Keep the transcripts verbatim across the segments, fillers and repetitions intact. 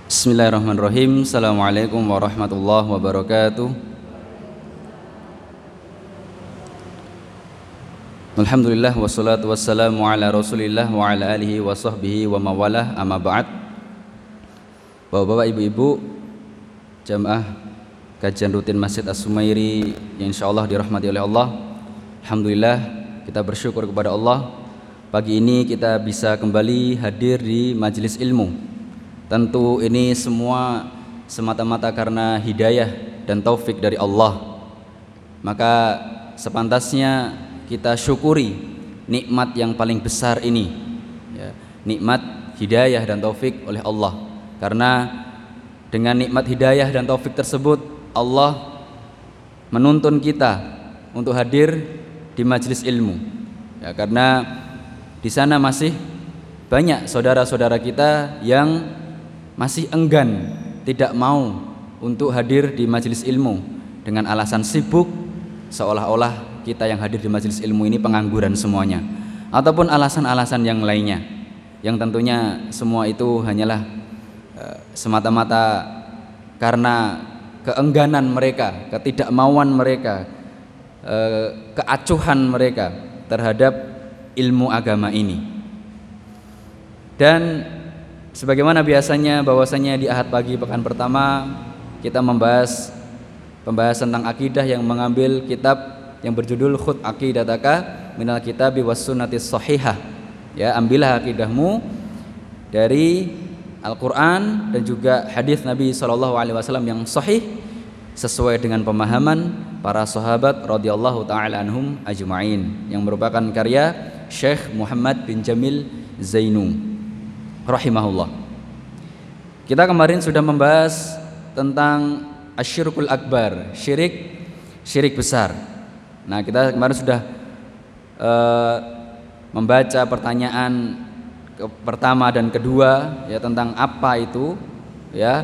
Bismillahirrahmanirrahim. Assalamualaikum warahmatullahi wabarakatuh. Alhamdulillah wassalatu wassalamu ala rasulillah wa ala alihi wa sahbihi wa mawalah, amma ba'd. Bapak-bapak, ibu-ibu, jamaah kajian rutin Masjid As-Sumairi yang insyaallah dirahmati oleh Allah. Alhamdulillah, kita bersyukur kepada Allah, pagi ini kita bisa kembali hadir di majelis ilmu. Tentu ini semua semata-mata karena hidayah dan taufik dari Allah. Maka sepantasnya kita syukuri nikmat yang paling besar ini, ya, nikmat hidayah dan taufik oleh Allah. Karena dengan nikmat hidayah dan taufik tersebut, Allah menuntun kita untuk hadir di majelis ilmu, ya, karena di sana masih banyak saudara-saudara kita yang masih enggan, tidak mau untuk hadir di majelis ilmu dengan alasan sibuk, seolah-olah kita yang hadir di majelis ilmu ini pengangguran semuanya, ataupun alasan-alasan yang lainnya, yang tentunya semua itu hanyalah uh, semata-mata karena keengganan mereka, ketidakmauan mereka, uh, keacuhan mereka terhadap ilmu agama ini. Dan sebagaimana biasanya bahwasanya di Ahad pagi pekan pertama kita membahas pembahasan tentang akidah yang mengambil kitab yang berjudul Khudh Aqidataka minal Kitabi was Sunnatis Shahihah. Ya, ambillah akidahmu dari Al-Qur'an dan juga hadis Nabi sallallahu alaihi wasallam yang sahih sesuai dengan pemahaman para sahabat radhiyallahu taala anhum ajma'in, yang merupakan karya Syekh Muhammad bin Jamil Zainu rahimahullah. Kita kemarin sudah membahas tentang asyirkul akbar, syirik syirik besar. Nah, kita kemarin sudah uh, membaca pertanyaan ke pertama dan kedua, ya, tentang apa itu, ya,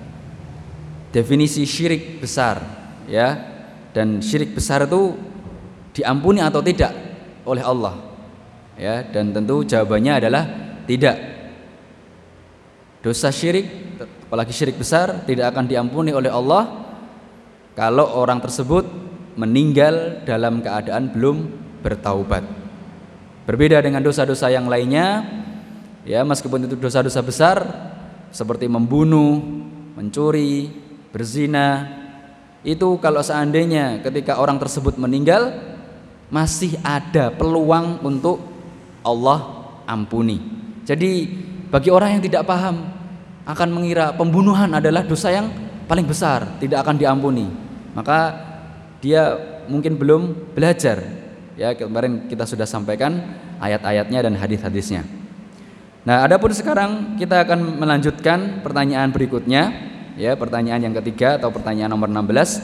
definisi syirik besar, ya, dan syirik besar itu diampuni atau tidak oleh Allah, ya, dan tentu jawabannya adalah tidak. Dosa syirik, apalagi syirik besar, tidak akan diampuni oleh Allah kalau orang tersebut meninggal dalam keadaan belum bertaubat. Berbeda dengan dosa-dosa yang lainnya, ya, meskipun itu dosa-dosa besar seperti membunuh, mencuri, berzina, itu kalau seandainya ketika orang tersebut meninggal masih ada peluang untuk Allah ampuni. Jadi bagi orang yang tidak paham akan mengira pembunuhan adalah dosa yang paling besar, tidak akan diampuni, maka dia mungkin belum belajar. Ya, kemarin kita sudah sampaikan ayat-ayatnya dan hadis-hadisnya. Nah, adapun sekarang kita akan melanjutkan pertanyaan berikutnya, ya, pertanyaan yang ketiga atau pertanyaan nomor enam belas.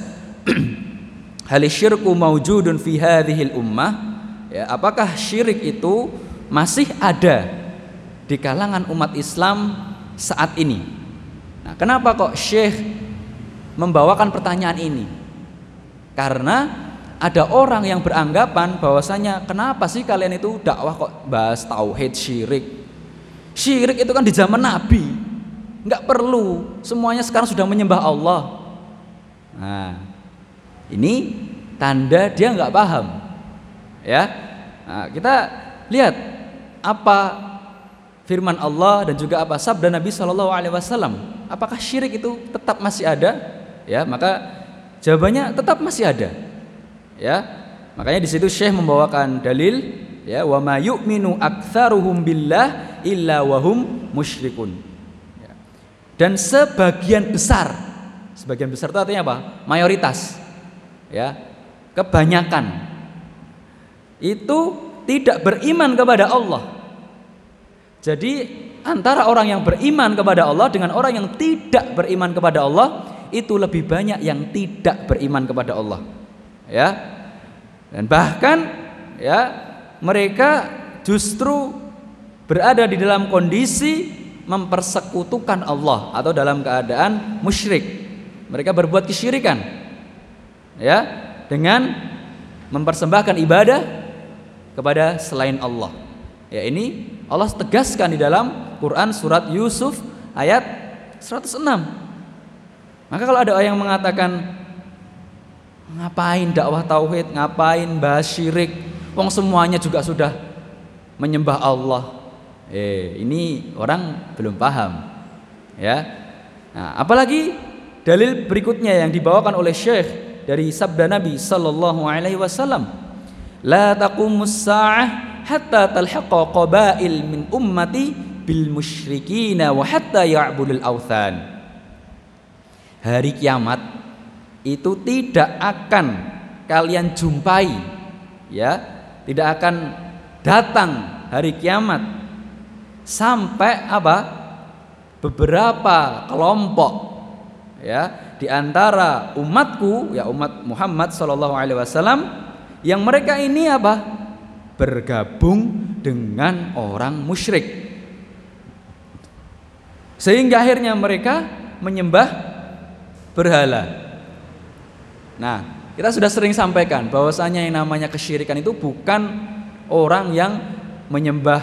Hal syirku maujudun fi hadhil ummah, ya, apakah syirik itu masih ada di kalangan umat Islam saat ini? Nah, kenapa kok Syekh membawakan pertanyaan ini? Karena ada orang yang beranggapan bahwasanya kenapa sih kalian itu dakwah kok bahas tauhid syirik? Syirik itu kan di zaman Nabi, nggak perlu, semuanya sekarang sudah menyembah Allah. Nah, ini tanda dia nggak paham, ya. Nah, kita lihat apa firman Allah dan juga apa sabda Nabi Shallallahu Alaihi Wasallam. Apakah syirik itu tetap masih ada? Ya, maka jawabannya tetap masih ada. Ya, makanya di situ Syekh membawakan dalil, ya, wa ma yu'minu aktsaruhum billah illa wahum musyrikun. Ya. Dan sebagian besar, sebagian besar itu artinya apa? Mayoritas, ya, kebanyakan itu tidak beriman kepada Allah. Jadi antara orang yang beriman kepada Allah dengan orang yang tidak beriman kepada Allah itu lebih banyak yang tidak beriman kepada Allah, ya. Dan bahkan, ya, mereka justru berada di dalam kondisi mempersekutukan Allah atau dalam keadaan musyrik. Mereka berbuat kesyirikan, ya, dengan mempersembahkan ibadah kepada selain Allah. Ya, ini Allah tegaskan di dalam Quran surat Yusuf ayat seratus enam. Maka kalau ada yang mengatakan ngapain dakwah tauhid, ngapain bahas syirik, wong semuanya juga sudah menyembah Allah. Eh, ini orang belum paham. Ya. Nah, apalagi dalil berikutnya yang dibawakan oleh Syekh dari sabda Nabi sallallahu alaihi wasallam, la taqumus sa'ah hatta talhaqa qabail min ummati bil musyrikina wa hatta ya'budul authan. Hari kiamat itu tidak akan kalian jumpai, ya, tidak akan datang hari kiamat sampai apa? Beberapa kelompok, ya, di antara umatku, ya umat Muhammad sallallahu alaihi wasallam, yang mereka ini apa? Bergabung dengan orang musyrik, sehingga akhirnya mereka menyembah berhala. Nah, kita sudah sering sampaikan bahwasanya yang namanya kesyirikan itu bukan orang yang menyembah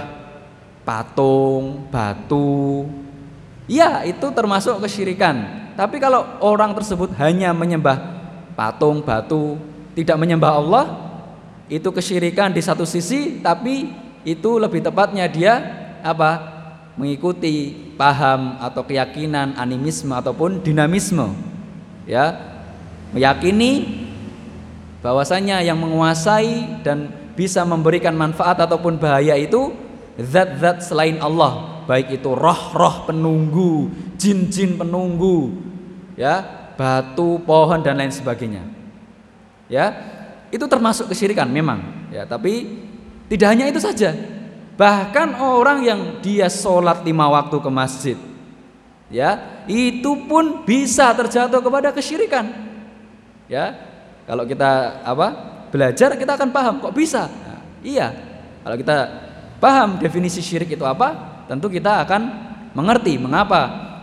patung, batu. Ya, itu termasuk kesyirikan. Tapi kalau orang tersebut hanya menyembah patung, batu, tidak menyembah Allah, itu kesyirikan di satu sisi, tapi itu lebih tepatnya dia apa? Mengikuti paham atau keyakinan animisme ataupun dinamisme. Ya, meyakini bahwasanya yang menguasai dan bisa memberikan manfaat ataupun bahaya itu zat-zat selain Allah, baik itu roh-roh penunggu, jin-jin penunggu, ya, batu, pohon dan lain sebagainya. Ya, itu termasuk kesyirikan memang, ya, tapi tidak hanya itu saja. Bahkan orang yang dia sholat lima waktu ke masjid, ya, itu pun bisa terjatuh kepada kesyirikan. Ya, kalau kita apa belajar kita akan paham kok bisa. Nah, iya, kalau kita paham definisi syirik itu apa, tentu kita akan mengerti mengapa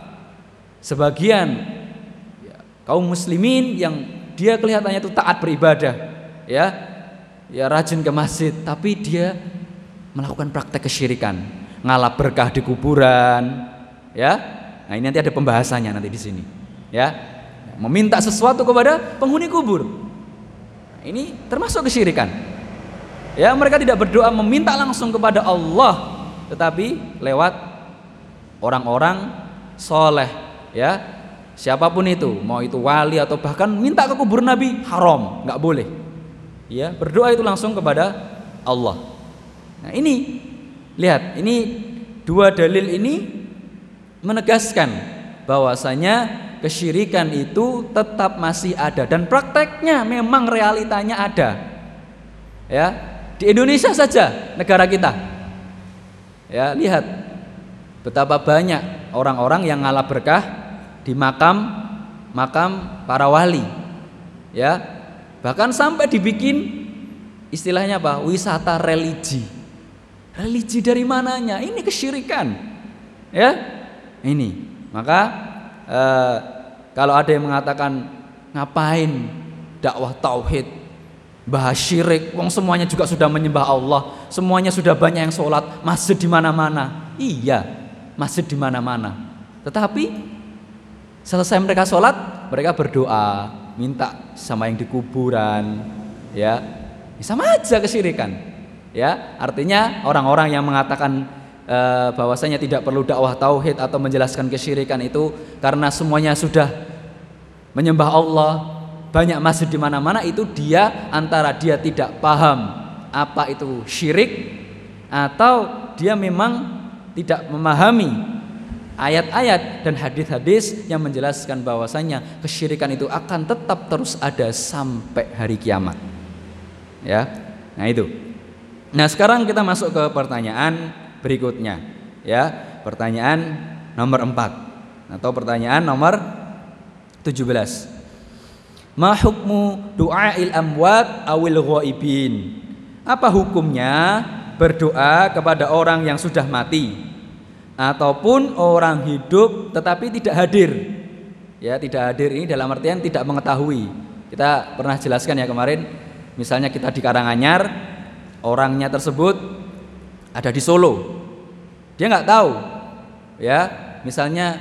sebagian ya, kaum muslimin yang dia kelihatannya itu taat beribadah, ya, ya rajin ke masjid, tapi dia melakukan praktek kesyirikan, ngalap berkah di kuburan, ya. Nah, ini nanti ada pembahasannya nanti di sini, ya. Meminta sesuatu kepada penghuni kubur. Nah, ini termasuk kesyirikan. Ya, mereka tidak berdoa meminta langsung kepada Allah, tetapi lewat orang-orang soleh, ya, siapapun itu, mau itu wali atau bahkan minta ke kubur Nabi, haram, nggak boleh. Ya, berdoa itu langsung kepada Allah. Nah, ini lihat, ini dua dalil ini menegaskan bahwasanya kesyirikan itu tetap masih ada dan prakteknya memang realitanya ada. Ya, di Indonesia saja, negara kita. Ya, lihat betapa banyak orang-orang yang ngalap berkah di makam makam para wali. Ya, bahkan sampai dibikin istilahnya apa? Wisata religi. Religi dari mananya? Ini kesyirikan. Ya, ini. Maka eh, kalau ada yang mengatakan ngapain dakwah tauhid, bahas syirik, wong semuanya juga sudah menyembah Allah, semuanya sudah banyak yang sholat, masjid di mana-mana. Iya, masjid di mana-mana. Tetapi selesai mereka sholat, mereka berdoa, minta sama yang di kuburan, ya, sama aja kesyirikan. Ya, artinya orang-orang yang mengatakan e, bahwasanya tidak perlu dakwah tauhid atau menjelaskan kesyirikan itu karena semuanya sudah menyembah Allah, banyak masjid di mana-mana, itu dia antara dia tidak paham apa itu syirik atau dia memang tidak memahami ayat-ayat dan hadis-hadis yang menjelaskan bahwasanya kesyirikan itu akan tetap terus ada sampai hari kiamat. Ya. Nah, itu. Nah, sekarang kita masuk ke pertanyaan berikutnya, ya. Pertanyaan nomor empat atau pertanyaan nomor tujuh belas. Ma hukmu du'ail amwat awil ghaibin? Apa hukumnya berdoa kepada orang yang sudah mati ataupun orang hidup tetapi tidak hadir? Ya, tidak hadir ini dalam artian tidak mengetahui. Kita pernah jelaskan ya kemarin, misalnya kita di Karanganyar, orangnya tersebut ada di Solo, dia nggak tahu, ya, misalnya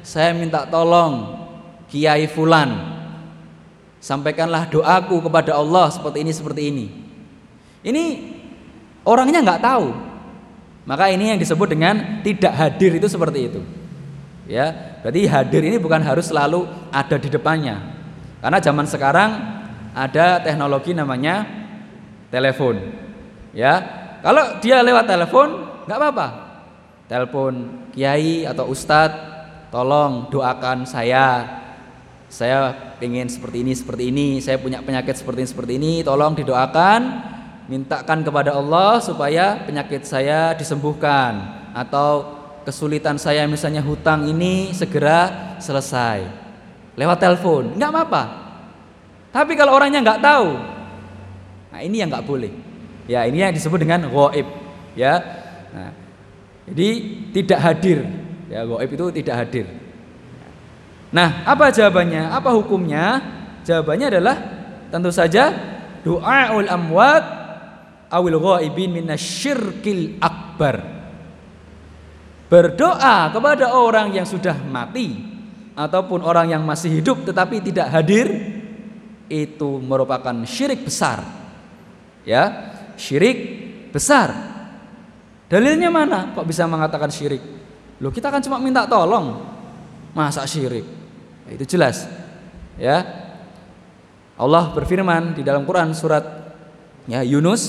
saya minta tolong Kiai Fulan, sampaikanlah doaku kepada Allah seperti ini seperti ini. Ini orangnya nggak tahu, maka ini yang disebut dengan tidak hadir itu seperti itu. Ya, berarti hadir ini bukan harus selalu ada di depannya, karena zaman sekarang ada teknologi namanya telepon. Ya, kalau dia lewat telepon nggak apa-apa, telepon kiai atau ustadz, tolong doakan saya, saya pengen seperti ini seperti ini, saya punya penyakit seperti ini seperti ini, tolong didoakan, mintakan kepada Allah supaya penyakit saya disembuhkan, atau kesulitan saya misalnya hutang ini segera selesai, lewat telepon, nggak apa-apa. Tapi kalau orangnya nggak tahu, nah ini yang nggak boleh. Ya, ini yang disebut dengan ghaib. Ya, nah, jadi tidak hadir. Ya, ghaib itu tidak hadir. Nah, apa jawabannya? Apa hukumnya? Jawabannya adalah tentu saja du'aul amwat awil ghaibin minasyirkil akbar. Berdoa kepada orang yang sudah mati ataupun orang yang masih hidup tetapi tidak hadir, itu merupakan syirik besar. Ya, syirik besar. Dalilnya mana? Kok bisa mengatakan syirik? Loh, kita kan cuma minta tolong. Masa syirik? Ya, itu jelas. Ya. Allah berfirman di dalam Quran surat ya Yunus,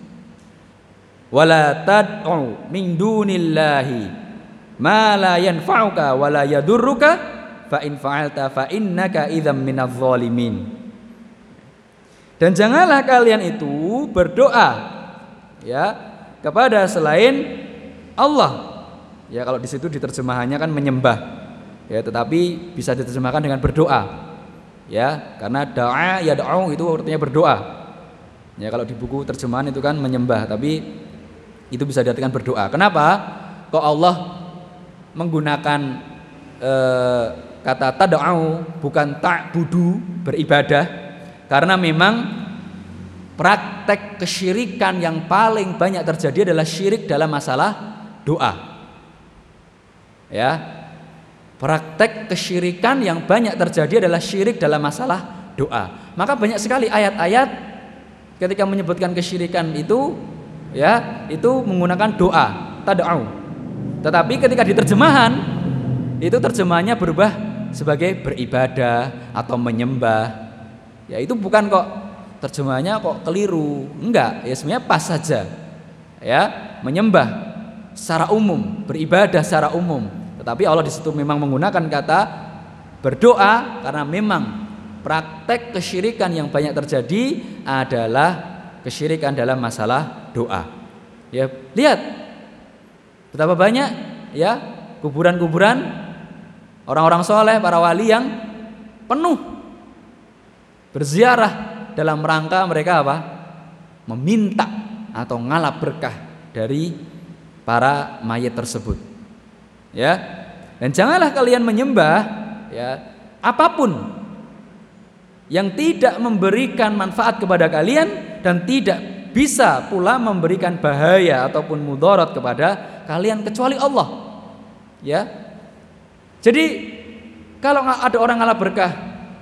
wala tad'u min dunillahi ma la yanfa'uka wa la yadurruka fa in fa'alta fa innaka idzam minadh dhalimin. Dan janganlah kalian itu berdoa ya kepada selain Allah. Ya, kalau di situ diterjemahannya kan menyembah. Ya, tetapi bisa diterjemahkan dengan berdoa. Ya, karena doa ya doa itu artinya berdoa. Ya, kalau di buku terjemahan itu kan menyembah, tapi itu bisa diartikan berdoa. Kenapa? Kok Allah menggunakan eh, kata tad'u bukan ta'budu, beribadah? Karena memang praktek kesyirikan yang paling banyak terjadi adalah syirik dalam masalah doa. Ya, praktek kesyirikan yang banyak terjadi adalah syirik dalam masalah doa. Maka banyak sekali ayat-ayat ketika menyebutkan kesyirikan itu, ya, itu menggunakan doa, tad'u. Tetapi ketika diterjemahan, itu terjemahannya berubah sebagai beribadah atau menyembah. Ya, itu bukan kok terjemahannya kok keliru. Enggak, ya sebenarnya pas saja. Ya, menyembah secara umum, beribadah secara umum. Tetapi Allah di situ memang menggunakan kata berdoa karena memang praktek kesyirikan yang banyak terjadi adalah kesyirikan dalam masalah doa. Ya, lihat betapa banyak ya kuburan-kuburan orang-orang soleh, para wali yang penuh berziarah dalam rangka mereka apa? Meminta atau ngalap berkah dari para mayit tersebut. Ya. Dan janganlah kalian menyembah ya apapun yang tidak memberikan manfaat kepada kalian dan tidak bisa pula memberikan bahaya ataupun mudarat kepada kalian kecuali Allah. Ya. Jadi kalau ada orang ngalap berkah,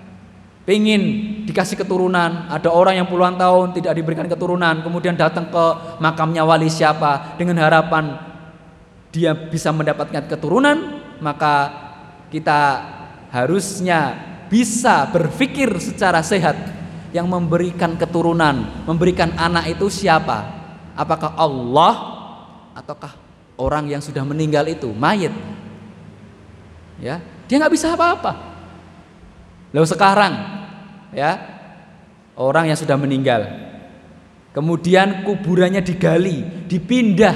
pengen dikasih keturunan, ada orang yang puluhan tahun tidak diberikan keturunan, kemudian datang ke makamnya wali siapa dengan harapan dia bisa mendapatkan keturunan, maka kita harusnya bisa berpikir secara sehat. Yang memberikan keturunan, memberikan anak itu siapa? Apakah Allah ataukah orang yang sudah meninggal itu, mayit? Ya, dia nggak bisa apa-apa. Lalu sekarang ya, orang yang sudah meninggal, kemudian kuburannya digali, dipindah,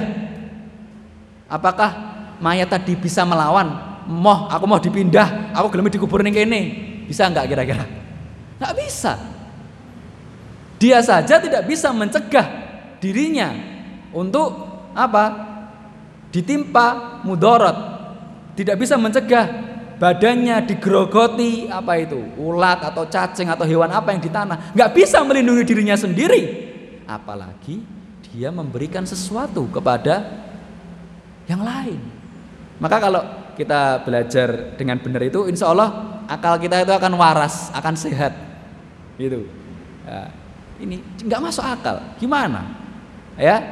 apakah mayat tadi bisa melawan? Moh, aku mau dipindah, aku gelem dikubur ning kene, bisa nggak kira-kira? Nggak bisa. Dia saja tidak bisa mencegah dirinya untuk apa? Ditimpa mudarat, tidak bisa mencegah badannya digerogoti apa itu, ulat atau cacing atau hewan apa yang di tanah, nggak bisa melindungi dirinya sendiri, apalagi dia memberikan sesuatu kepada yang lain. Maka kalau kita belajar dengan benar itu, insya Allah akal kita itu akan waras, akan sehat, gitu. Ya, ini nggak masuk akal, gimana? Ya,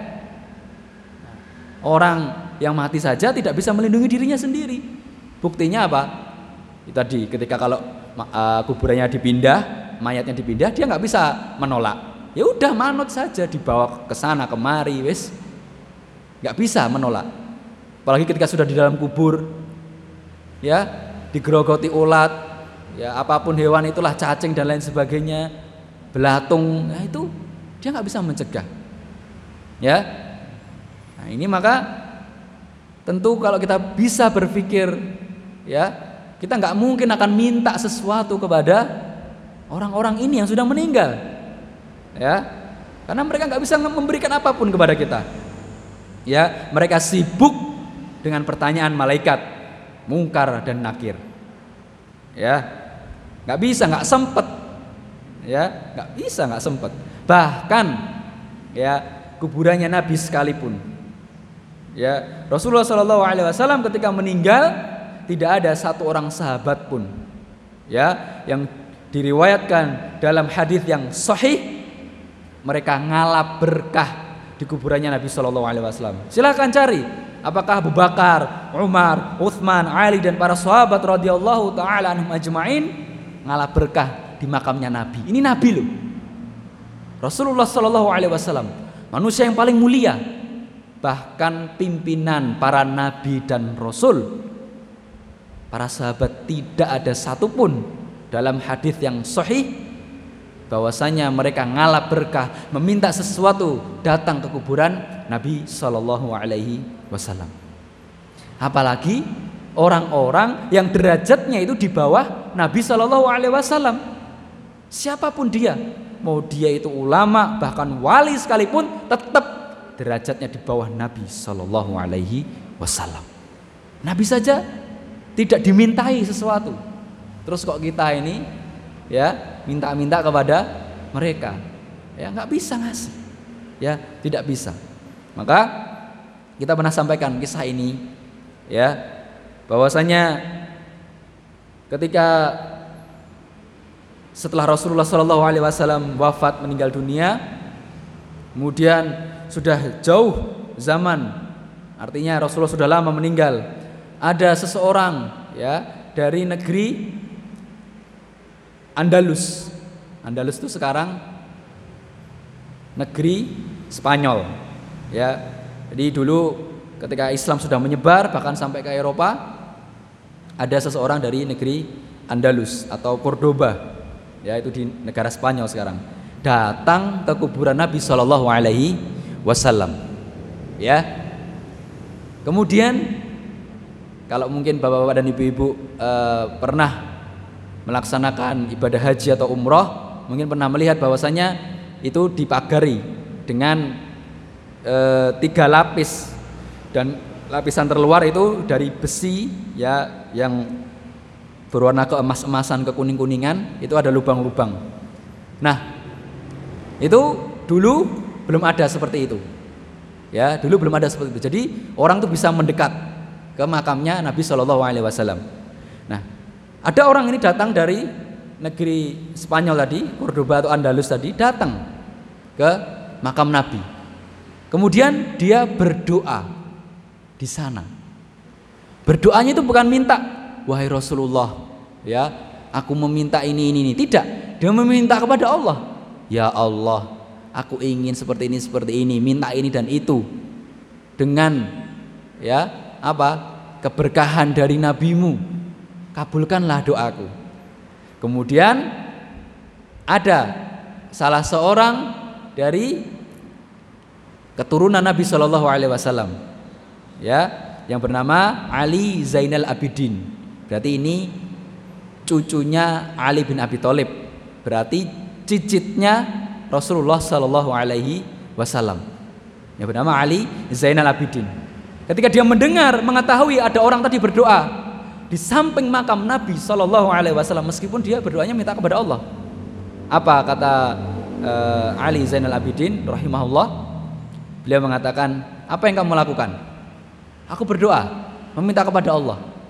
orang yang mati saja tidak bisa melindungi dirinya sendiri. Buktinya apa? Itu tadi, ketika kalau uh, kuburannya dipindah, mayatnya dipindah, dia nggak bisa menolak. Ya udah manut saja, dibawa ke sana kemari, wis, nggak bisa menolak. Apalagi ketika sudah di dalam kubur, ya, digerogoti ulat, ya apapun hewan itulah, cacing dan lain sebagainya, belatung, nah itu dia nggak bisa mencegah, ya. Nah ini maka tentu kalau kita bisa berpikir, ya, kita nggak mungkin akan minta sesuatu kepada orang-orang ini yang sudah meninggal, ya, karena mereka nggak bisa memberikan apapun kepada kita, ya. Mereka sibuk dengan pertanyaan malaikat Mungkar dan Nakir, ya, nggak bisa, nggak sempet, ya, nggak bisa, nggak sempet. Bahkan, ya, kuburannya Nabi sekalipun, ya, Rasulullah Shallallahu Alaihi Wasallam ketika meninggal tidak ada satu orang sahabat pun, ya, yang diriwayatkan dalam hadis yang sahih mereka ngalap berkah di kuburannya Nabi Shallallahu Alaihi Wasallam. Silakan cari. Apakah Abu Bakar, Umar, Utsman, Ali dan para sahabat radhiyallahu taala anhum ajmain ngalap berkah di makamnya Nabi? Ini Nabi loh. Rasulullah sallallahu alaihi wasallam, manusia yang paling mulia, bahkan pimpinan para nabi dan rasul. Para sahabat tidak ada satupun dalam hadis yang sahih bahwasanya mereka ngalap berkah, meminta sesuatu datang ke kuburan Nabi sallallahu alaihi wasallam. Apalagi orang-orang yang derajatnya itu di bawah Nabi sallallahu alaihi wasallam. Siapapun dia, mau dia itu ulama bahkan wali sekalipun, tetap derajatnya di bawah Nabi sallallahu alaihi wasallam. Nabi saja tidak dimintai sesuatu, terus kok kita ini, ya, minta-minta kepada mereka, ya, nggak bisa ngasih, ya, tidak bisa. Maka kita pernah sampaikan kisah ini, ya, bahwasanya ketika setelah Rasulullah Shallallahu Alaihi Wasallam wafat, meninggal dunia, kemudian sudah jauh zaman, artinya Rasulullah sudah lama meninggal, ada seseorang, ya, dari negeri Andalus. Andalus itu sekarang negeri Spanyol, ya. Jadi dulu ketika Islam sudah menyebar bahkan sampai ke Eropa, ada seseorang dari negeri Andalus atau Cordoba, ya, itu di negara Spanyol sekarang, datang ke kuburan Nabi Shallallahu Alaihi Wasallam, ya. Kemudian kalau mungkin bapak-bapak dan ibu-ibu eh, pernah melaksanakan ibadah haji atau umroh, mungkin pernah melihat bahwasanya itu dipagari dengan e, tiga lapis, dan lapisan terluar itu dari besi, ya, yang berwarna keemas-emasan, kekuning-kuningan, itu ada lubang-lubang. Nah, itu dulu belum ada seperti itu, ya, dulu belum ada seperti itu. Jadi orang tuh bisa mendekat ke makamnya Nabi Shallallahu Alaihi Wasallam. Nah, ada orang ini datang dari negeri Spanyol tadi, Cordoba atau Andalus tadi, datang ke makam Nabi. Kemudian dia berdoa di sana. Berdoanya itu bukan minta, wahai Rasulullah, ya, aku meminta ini ini ini. Tidak, dia meminta kepada Allah. Ya Allah, aku ingin seperti ini seperti ini, minta ini dan itu. Dengan, ya, apa? Keberkahan dari nabimu, kabulkanlah doaku. Kemudian ada salah seorang dari keturunan Nabi Shallallahu Alaihi Wasallam, ya, yang bernama Ali Zainal Abidin. Berarti ini cucunya Ali bin Abi Thalib. Berarti cicitnya Rasulullah Shallallahu Alaihi Wasallam, yang bernama Ali Zainal Abidin. Ketika dia mendengar, mengetahui ada orang tadi berdoa di samping makam Nabi Shallallahu Alaihi Wasallam, meskipun dia berdoanya minta kepada Allah. Apa kata uh, Ali Zainal Abidin rahimahullah? Beliau mengatakan, apa yang kamu lakukan? Aku berdoa, meminta kepada Allah.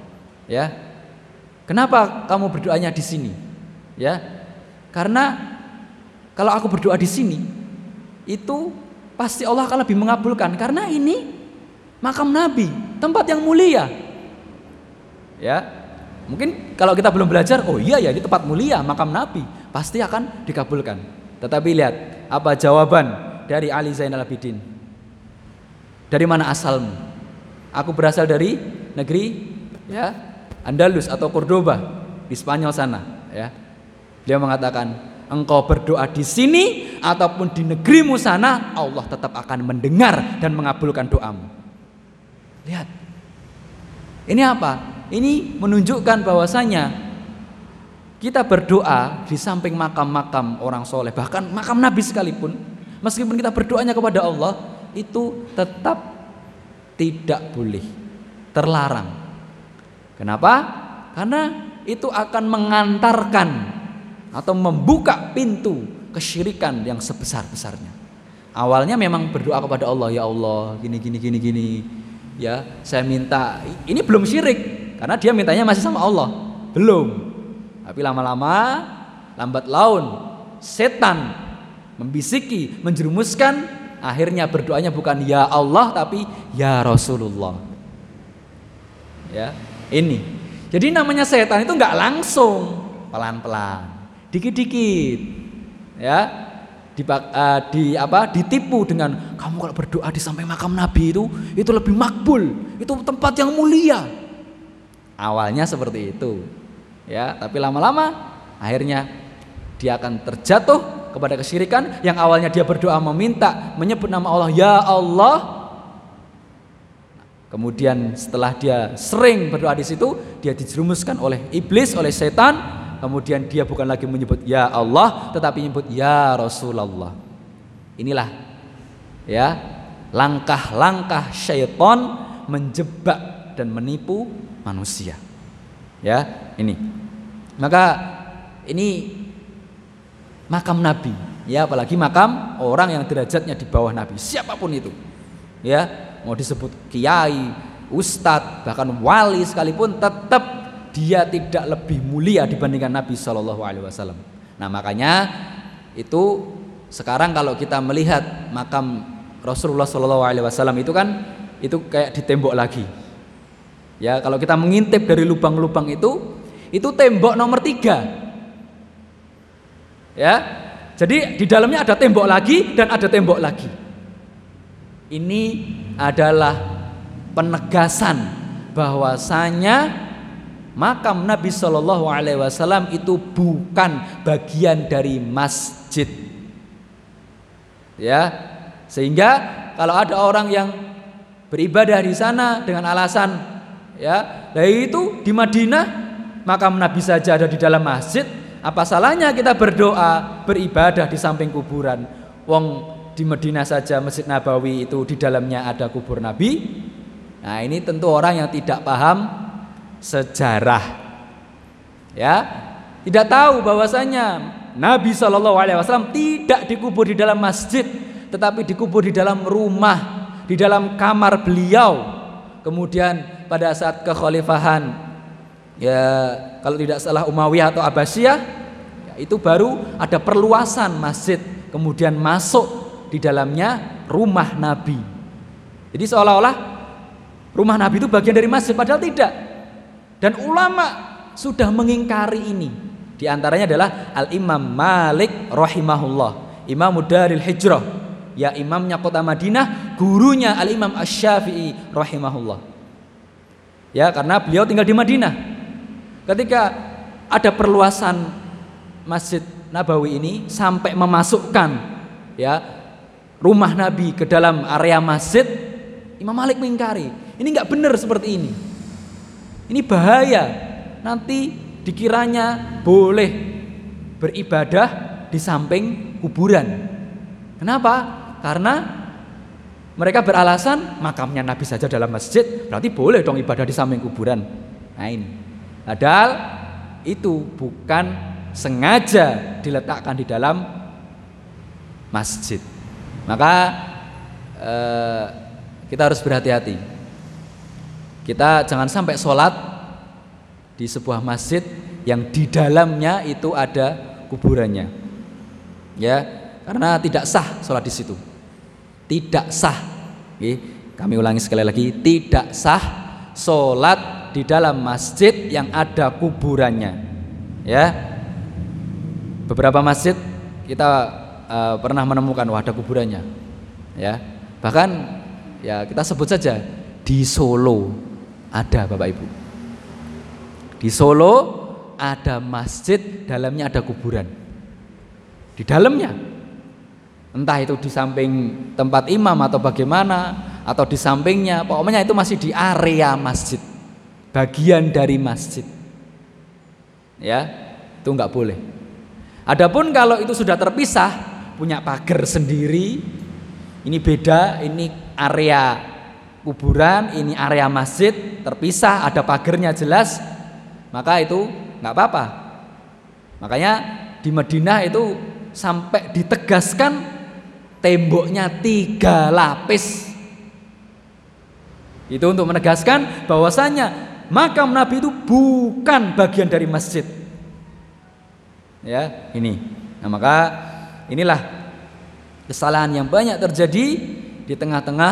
Ya. Kenapa kamu berdoanya di sini? Ya. Karena kalau aku berdoa di sini itu pasti Allah akan lebih mengabulkan karena ini makam Nabi, tempat yang mulia. Ya. Mungkin kalau kita belum belajar, oh iya ya ini tempat mulia, makam Nabi, pasti akan dikabulkan. Tetapi lihat apa jawaban dari Ali Zainal Abidin. Dari mana asalmu? Aku berasal dari negeri ya Andalus atau Cordoba di Spanyol sana. Ya, dia mengatakan engkau berdoa di sini ataupun di negerimu sana, Allah tetap akan mendengar dan mengabulkan doamu. Lihat, ini apa? Ini menunjukkan bahwasanya kita berdoa di samping makam-makam orang soleh, bahkan makam Nabi sekalipun, meskipun kita berdoanya kepada Allah, itu tetap tidak boleh, terlarang. Kenapa? Karena itu akan mengantarkan atau membuka pintu kesyirikan yang sebesar-besarnya. Awalnya memang berdoa kepada Allah, ya Allah, gini gini gini gini, ya saya minta, ini belum syirik. Karena dia mintanya masih sama Allah, belum. Tapi lama-lama, lambat laun, setan membisiki, menjerumuskan, akhirnya berdoanya bukan ya Allah tapi ya Rasulullah. Ya, ini. Jadi namanya setan itu nggak langsung, pelan-pelan, dikit-dikit, ya, di, uh, di apa? Ditipu dengan kamu kalau berdoa di samping makam Nabi itu, itu lebih makbul, itu tempat yang mulia. Awalnya seperti itu, ya, tapi lama-lama akhirnya dia akan terjatuh kepada kesyirikan. Yang awalnya dia berdoa meminta, menyebut nama Allah, ya Allah. Kemudian setelah dia sering berdoa di situ, dia dijerumuskan oleh iblis, oleh setan. Kemudian dia bukan lagi menyebut ya Allah, tetapi menyebut ya Rasulullah. Inilah ya langkah-langkah syaitan menjebak dan menipu manusia. Ya, ini. Maka ini makam Nabi, ya, apalagi makam orang yang derajatnya di bawah Nabi, siapapun itu. Ya, mau disebut kiai, ustadz, bahkan wali sekalipun, tetap dia tidak lebih mulia dibandingkan Nabi Shallallahu Alaihi Wasallam. Nah, makanya itu sekarang kalau kita melihat makam Rasulullah Shallallahu Alaihi Wasallam itu kan itu kayak ditembok lagi. Ya, kalau kita mengintip dari lubang-lubang itu, itu tembok nomor tiga. Ya, jadi di dalamnya ada tembok lagi dan ada tembok lagi. Ini adalah penegasan bahwasanya makam Nabi Shallallahu Alaihi Wasallam itu bukan bagian dari masjid. Ya, sehingga kalau ada orang yang beribadah di sana dengan alasan ya, dari itu di Madinah makam Nabi saja ada di dalam masjid, apa salahnya kita berdoa beribadah di samping kuburan? Wong di Madinah saja Masjid Nabawi itu di dalamnya ada kubur Nabi. Nah, ini tentu orang yang tidak paham sejarah, ya, tidak tahu bahwasanya Nabi Shallallahu Alaihi Wasallam tidak dikubur di dalam masjid, tetapi dikubur di dalam rumah, di dalam kamar beliau. Kemudian pada saat kekhalifahan, ya kalau tidak salah Umayyah atau Abbasiyah, ya, itu baru ada perluasan masjid, kemudian masuk di dalamnya rumah Nabi. Jadi seolah-olah rumah Nabi itu bagian dari masjid, padahal tidak. Dan ulama sudah mengingkari ini. Di antaranya adalah Al-Imam Malik rahimahullah, Imam Daril Hijrah, ya, imamnya kota Madinah, gurunya Al-Imam Asy-Syafi'i rahimahullah. Ya, karena beliau tinggal di Madinah. Ketika ada perluasan Masjid Nabawi ini sampai memasukkan ya rumah Nabi ke dalam area masjid, Imam Malik mengingkari. Ini nggak benar seperti ini. Ini bahaya. Nanti dikiranya boleh beribadah di samping kuburan. Kenapa? Karena mereka beralasan makamnya Nabi saja dalam masjid, berarti boleh dong ibadah di samping kuburan. Nah ini, padahal itu bukan sengaja diletakkan di dalam masjid. Maka eh, kita harus berhati-hati. Kita jangan sampai sholat di sebuah masjid yang di dalamnya itu ada kuburannya. Ya, karena tidak sah sholat di situ. Tidak sah. Oke, kami ulangi sekali lagi, tidak sah sholat di dalam masjid yang ada kuburannya. Ya, beberapa masjid kita uh, pernah menemukan wah ada kuburannya. Ya, bahkan ya kita sebut saja di Solo ada Bapak Ibu. Di Solo ada masjid, dalamnya ada kuburan. Di dalamnya. Entah itu di samping tempat imam atau bagaimana, atau di sampingnya, pokoknya itu masih di area masjid. Bagian dari masjid. Ya, itu enggak boleh. Adapun kalau itu sudah terpisah, punya pagar sendiri, ini beda, ini area kuburan, ini area masjid, terpisah, ada pagarnya jelas, maka itu nggak apa-apa. Makanya di Madinah itu sampai ditegaskan temboknya tiga lapis. Itu untuk menegaskan bahwasanya makam Nabi itu bukan bagian dari masjid. Ya, ini. Nah, maka inilah kesalahan yang banyak terjadi di tengah-tengah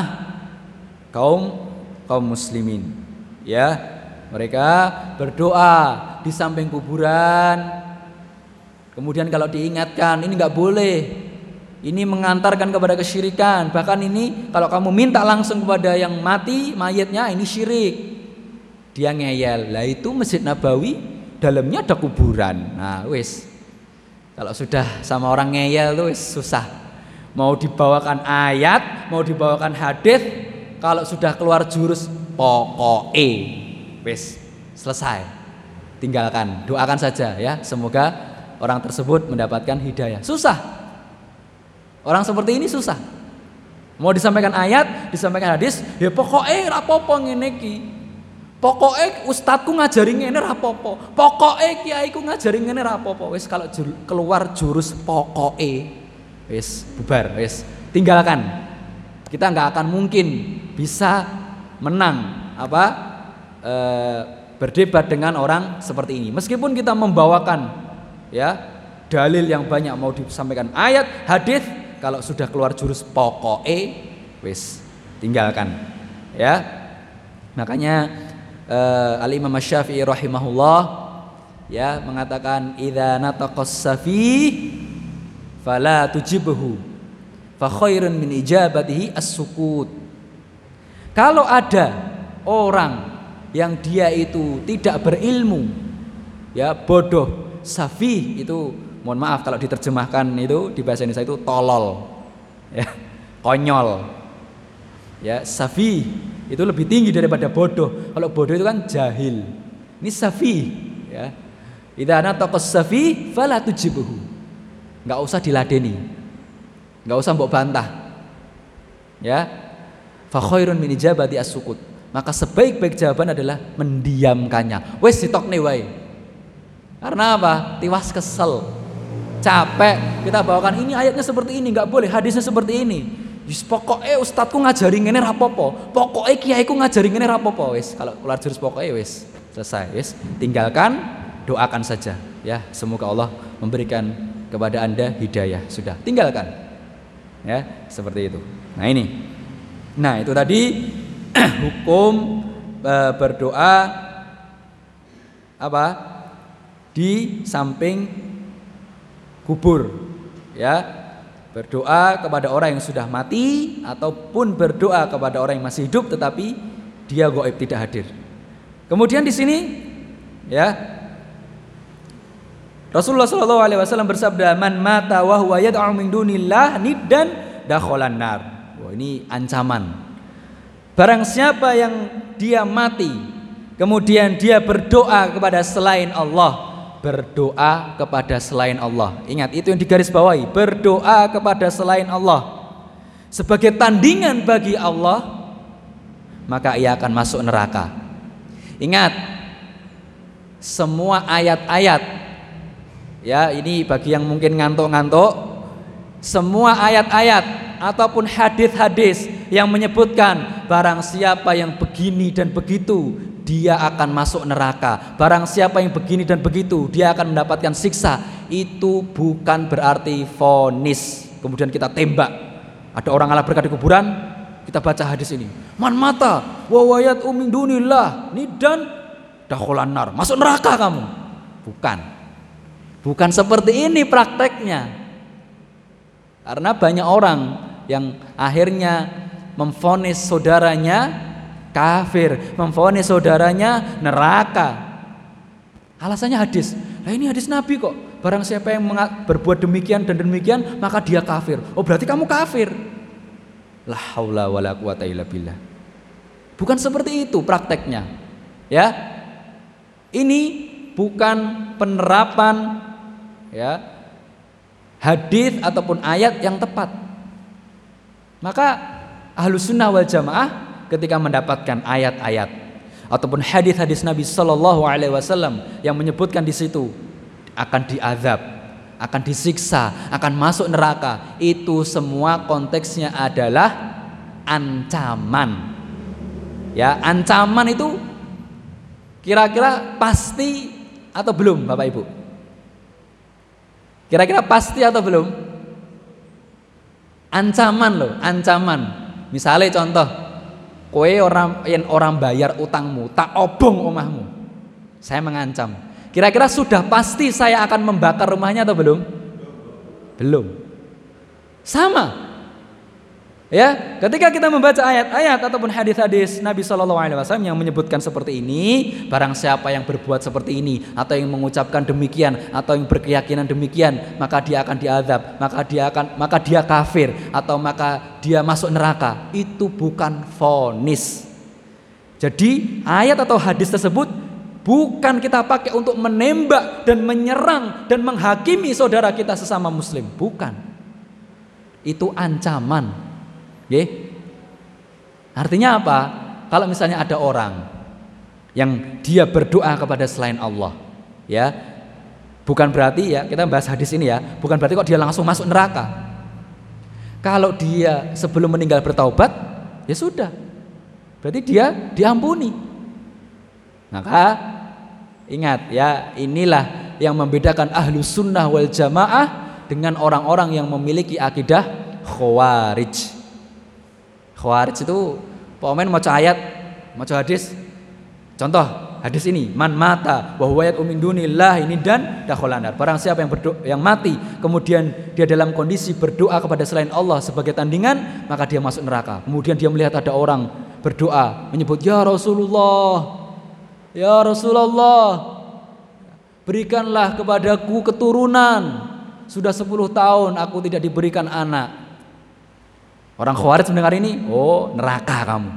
kaum kaum muslimin. Ya, mereka berdoa di samping kuburan. Kemudian kalau diingatkan, ini nggak boleh. Ini mengantarkan kepada kesyirikan. Bahkan ini kalau kamu minta langsung kepada yang mati, mayatnya, ini syirik. Dia ngeyel. Lah itu Masjid Nabawi dalamnya ada kuburan. Nah, wis. Kalau sudah sama orang ngeyel tuh wis susah. Mau dibawakan ayat, mau dibawakan hadis, kalau sudah keluar jurus pokoke wis selesai. Tinggalkan, doakan saja ya. Semoga orang tersebut mendapatkan hidayah. Susah. Orang seperti ini susah. Mau disampaikan ayat, disampaikan hadis, ya pokoknya rapopo ngene iki. Pokoknya ustadku ngajari ngene rapopo. Pokoknya kiaiku ngajari ngene rapopo. Wis kalau jur, keluar jurus pokoknya, wis bubar, wis tinggalkan. Kita nggak akan mungkin bisa menang apa e, berdebat dengan orang seperti ini. Meskipun kita membawakan ya dalil yang banyak, mau disampaikan ayat, hadis, kalau sudah keluar jurus pokoknya wis tinggalkan ya. Makanya uh, Al-Imam Asy-Syafi'i rahimahullah ya mengatakan idza nataqas safi fala tujibhu fa khairun min ijabatihi as-sukut. Kalau ada orang yang dia itu tidak berilmu ya, bodoh, safi itu mohon maaf kalau diterjemahkan itu di bahasa Indonesia itu tolol ya, konyol ya. Safi itu lebih tinggi daripada bodoh. Kalau bodoh itu kan jahil, ini safi ya. Idza nataqas safi fala tujibhu, enggak usah diladeni, enggak usah mbok bantah ya. Fa khairun min ijabati as-sukut, maka sebaik-baik jawaban adalah mendiamkannya. Wes ditokne wae. Karena apa? Tiwas kesel, capek kita bawakan ini ayatnya seperti ini, nggak boleh, hadisnya seperti ini. Yus pokoknya ustadku ngajari ngene rapopo, pokoknya kiaiku ngajari ngene rapopo. Wis kalau keluar jurus pokoknya wis selesai, wis tinggalkan, doakan saja ya. Semoga Allah memberikan kepada Anda hidayah. Sudah, tinggalkan ya, seperti itu. Nah ini, nah itu tadi hukum e, berdoa apa di samping kubur ya, berdoa kepada orang yang sudah mati ataupun berdoa kepada orang yang masih hidup tetapi dia gaib, tidak hadir. Kemudian di sini ya Rasulullah shallallahu alaihi wasallam bersabda, man mata wa huwa yad'u min dunillah niddan dakhalan nar. Wah, ini ancaman. Barang siapa yang dia mati kemudian dia berdoa kepada selain Allah, berdoa kepada selain Allah. Ingat, itu yang digarisbawahi, berdoa kepada selain Allah sebagai tandingan bagi Allah, maka ia akan masuk neraka. Ingat, semua ayat-ayat ya, ini bagi yang mungkin ngantuk-ngantuk, semua ayat-ayat ataupun hadis-hadis yang menyebutkan barang siapa yang begini dan begitu dia akan masuk neraka. Barang siapa yang begini dan begitu, dia akan mendapatkan siksa. Itu bukan berarti vonis kemudian kita tembak. Ada orang ala berkah di kuburan, kita baca hadis ini. Man mata wa wayat umin dunillah nidan dakholan nar. Masuk neraka kamu. Bukan. Bukan seperti ini prakteknya. Karena banyak orang yang akhirnya memvonis saudaranya kafir, memvonis saudaranya neraka. Alasannya hadis. Nah ini hadis Nabi kok. Barang siapa yang berbuat demikian dan demikian maka dia kafir. Oh berarti kamu kafir. La haula wala quwata illa billah. Bukan seperti itu prakteknya. Ya. Ini bukan penerapan ya hadis ataupun ayat yang tepat. Maka Ahlus Sunnah wal Jamaah ketika mendapatkan ayat-ayat ataupun hadis-hadis Nabi Shallallahu Alaihi Wasallam yang menyebutkan di situ akan diazab, akan disiksa, akan masuk neraka, itu semua konteksnya adalah ancaman. Ya, ancaman itu kira-kira pasti atau belum, Bapak Ibu? Kira-kira pasti atau belum? Ancaman loh, ancaman. Misalnya contoh, kowe orang yang orang bayar utangmu, tak obong omahmu. Saya mengancam. Kira-kira sudah pasti saya akan membakar rumahnya atau belum? Belum. Sama. Ya, ketika kita membaca ayat-ayat ataupun hadis-hadis Nabi Shallallahu Alaihi Wasallam yang menyebutkan seperti ini, barang siapa yang berbuat seperti ini atau yang mengucapkan demikian atau yang berkeyakinan demikian, maka dia akan diazab, maka dia akan maka dia kafir atau maka dia masuk neraka. Itu bukan vonis. Jadi ayat atau hadis tersebut bukan kita pakai untuk menembak dan menyerang dan menghakimi saudara kita sesama muslim, bukan. Itu ancaman. Ye. Artinya apa? Kalau misalnya ada orang yang dia berdoa kepada selain Allah, ya, bukan berarti ya kita bahas hadis ini ya, bukan berarti kok dia langsung masuk neraka. Kalau dia sebelum meninggal bertaubat, ya sudah, berarti dia diampuni. Maka ingat ya, inilah yang membedakan Ahlus Sunnah wal Jamaah dengan orang-orang yang memiliki akidah Khawarij. Khawarij itu pokoknya mau ayat, mau hadis. Contoh hadis ini, man mata wa huwa yad'u min dunillah ini dan dakholanar. Barang siapa yang berdoa, yang mati kemudian dia dalam kondisi berdoa kepada selain Allah sebagai tandingan, maka dia masuk neraka. Kemudian dia melihat ada orang berdoa menyebut ya Rasulullah, ya Rasulullah, berikanlah kepadaku keturunan. Sudah sepuluh tahun aku tidak diberikan anak. Orang Khawarij mendengar ini, oh neraka kamu.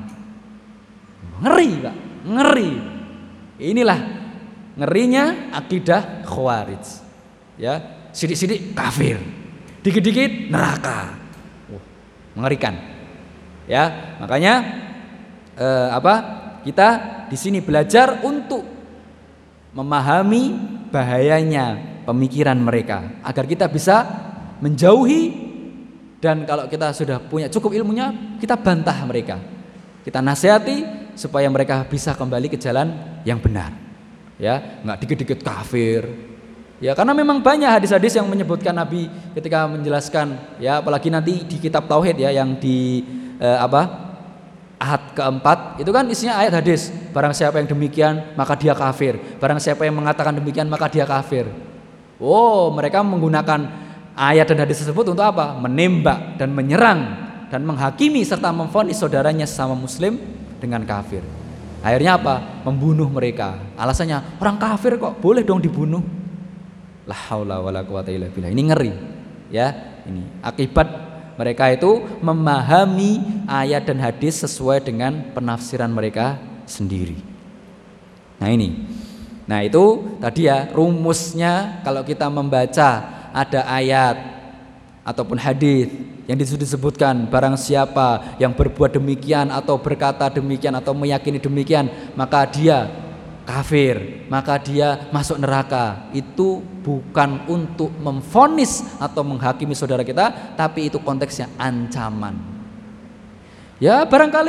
Ngeri Pak, ngeri. Inilah ngerinya akidah Khawarij. Ya, sidik-sidik kafir, dikit-dikit neraka. Oh, mengerikan. Ya, makanya eh, apa? Kita di sini belajar untuk memahami bahayanya pemikiran mereka agar kita bisa menjauhi. Dan kalau kita sudah punya cukup ilmunya, kita bantah mereka, kita nasihati supaya mereka bisa kembali ke jalan yang benar. Ya, nggak dikit-dikit kafir. Ya, karena memang banyak hadis-hadis yang menyebutkan Nabi ketika menjelaskan, ya apalagi nanti di kitab Tauhid ya yang di eh, apa ahad keempat itu kan isinya ayat hadis. Barang siapa yang demikian maka dia kafir. Barang siapa yang mengatakan demikian maka dia kafir. Oh, mereka menggunakan ayat dan hadis tersebut untuk apa? Menembak dan menyerang dan menghakimi serta memvonis saudaranya sesama muslim dengan kafir. Akhirnya apa? Membunuh mereka. Alasannya orang kafir kok boleh dong dibunuh. La haula wala quwata illa billah. Ini ngeri. Ya, ini akibat mereka itu memahami ayat dan hadis sesuai dengan penafsiran mereka sendiri. Nah, ini. Nah, itu tadi ya rumusnya kalau kita membaca ada ayat ataupun hadis yang disebutkan barang siapa yang berbuat demikian atau berkata demikian atau meyakini demikian maka dia kafir, maka dia masuk neraka. Itu bukan untuk memvonis atau menghakimi saudara kita, tapi itu konteksnya ancaman. Ya barangkali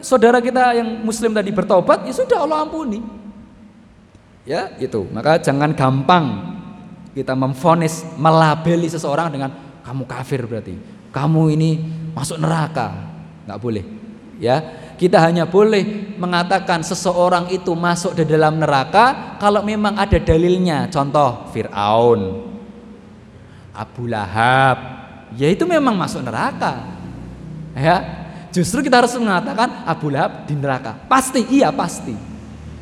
saudara kita yang muslim tadi bertobat, ya sudah Allah ampuni. Ya, itu. Maka jangan gampang kita memvonis, melabeli seseorang dengan kamu kafir berarti. Kamu ini masuk neraka. Enggak boleh. Ya, kita hanya boleh mengatakan seseorang itu masuk di dalam neraka kalau memang ada dalilnya. Contoh Fir'aun, Abu Lahab, ya itu memang masuk neraka. Ya, justru kita harus mengatakan Abu Lahab di neraka. Pasti, iya pasti.